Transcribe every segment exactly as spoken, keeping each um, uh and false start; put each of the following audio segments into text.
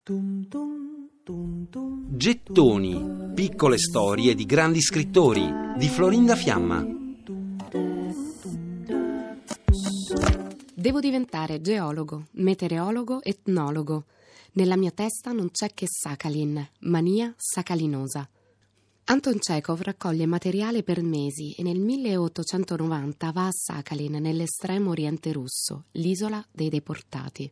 Gettoni, piccole storie di grandi scrittori di Florinda Fiamma. Devo diventare geologo, meteorologo, etnologo. Nella mia testa non c'è che Sakhalin, mania sacalinosa. Anton Chekhov raccoglie materiale per mesi e nel milleottocentonovanta va a Sakhalin, nell'estremo oriente russo, l'isola dei deportati.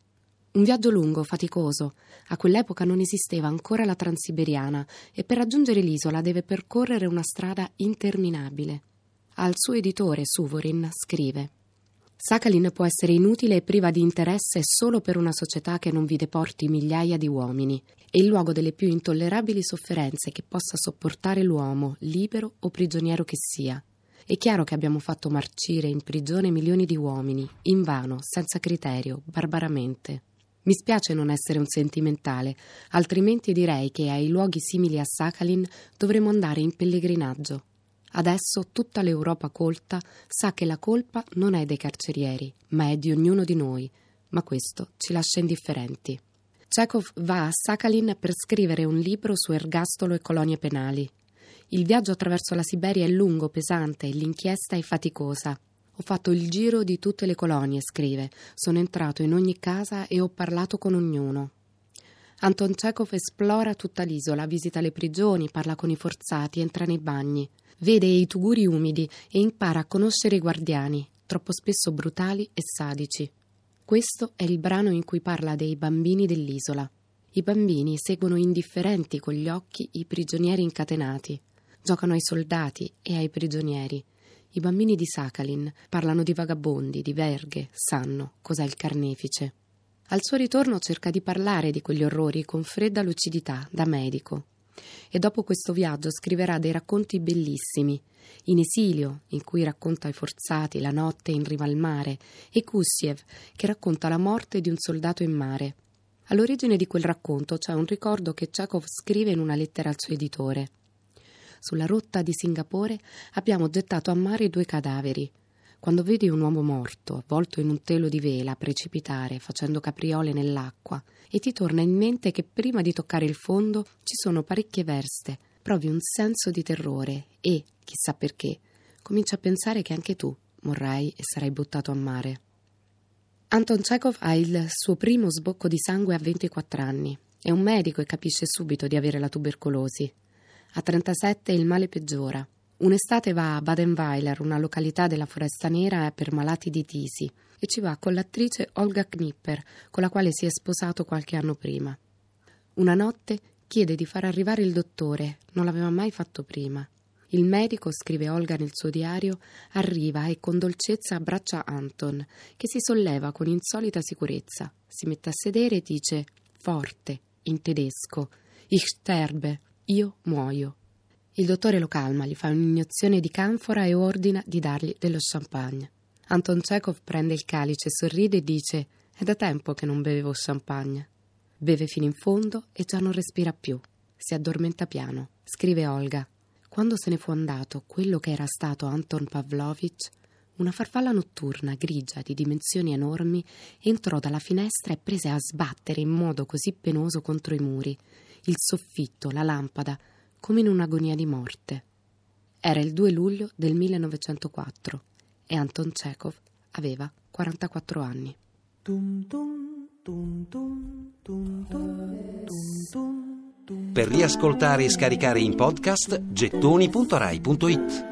Un viaggio lungo, faticoso. A quell'epoca non esisteva ancora la Transiberiana e per raggiungere l'isola deve percorrere una strada interminabile. Al suo editore, Suvorin, scrive: Sakhalin può essere inutile e priva di interesse solo per una società che non vi deporti migliaia di uomini. È il luogo delle più intollerabili sofferenze che possa sopportare l'uomo, libero o prigioniero che sia. È chiaro che abbiamo fatto marcire in prigione milioni di uomini, invano, senza criterio, barbaramente. Mi spiace non essere un sentimentale, altrimenti direi che ai luoghi simili a Sakhalin dovremmo andare in pellegrinaggio. Adesso tutta l'Europa colta sa che la colpa non è dei carcerieri, ma è di ognuno di noi, ma questo ci lascia indifferenti. Chekhov va a Sakhalin per scrivere un libro su ergastolo e colonie penali. Il viaggio attraverso la Siberia è lungo, pesante e l'inchiesta è faticosa. Ho fatto il giro di tutte le colonie, scrive. Sono entrato in ogni casa e ho parlato con ognuno. Anton Chekhov esplora tutta l'isola, visita le prigioni, parla con i forzati, entra nei bagni. Vede i tuguri umidi e impara a conoscere i guardiani, troppo spesso brutali e sadici. Questo è il brano in cui parla dei bambini dell'isola. I bambini seguono indifferenti con gli occhi i prigionieri incatenati. Giocano ai soldati e ai prigionieri. I bambini di Sakhalin parlano di vagabondi, di verghe, sanno cos'è il carnefice. Al suo ritorno cerca di parlare di quegli orrori con fredda lucidità, da medico. E dopo questo viaggio scriverà dei racconti bellissimi. In esilio, in cui racconta i forzati, la notte in riva al mare, e Kussiev, che racconta la morte di un soldato in mare. All'origine di quel racconto c'è un ricordo che Chekhov scrive in una lettera al suo editore. Sulla rotta di Singapore abbiamo gettato a mare due cadaveri. Quando vedi un uomo morto, avvolto in un telo di vela, precipitare, facendo capriole nell'acqua, e ti torna in mente che prima di toccare il fondo ci sono parecchie verste, provi un senso di terrore e, chissà perché, cominci a pensare che anche tu morrai e sarai buttato a mare. Anton Chekhov ha il suo primo sbocco di sangue a ventiquattro anni. È un medico e capisce subito di avere la tubercolosi. A trentasette il male peggiora. Un'estate va a Badenweiler, una località della Foresta Nera per malati di tisi, e ci va con l'attrice Olga Knipper, con la quale si è sposato qualche anno prima. Una notte chiede di far arrivare il dottore, non l'aveva mai fatto prima. Il medico, scrive Olga nel suo diario, arriva e con dolcezza abbraccia Anton, che si solleva con insolita sicurezza, si mette a sedere e dice, forte, in tedesco, Ich sterbe. Io muoio. Il dottore lo calma, gli fa un'iniezione di canfora e ordina di dargli dello champagne. Anton Chekhov prende il calice, sorride e dice: è da tempo che non bevevo champagne. Beve fino in fondo e già non respira più. Si addormenta piano. Scrive Olga: quando se ne fu andato quello che era stato Anton Pavlovich, una farfalla notturna, grigia, di dimensioni enormi, entrò dalla finestra e prese a sbattere in modo così penoso contro i muri, il soffitto, la lampada, come in un'agonia di morte. Era il due luglio del millenovecentoquattro e Anton Chekhov aveva quarantaquattro anni. Per riascoltare e scaricare in podcast gettoni punto rai punto it.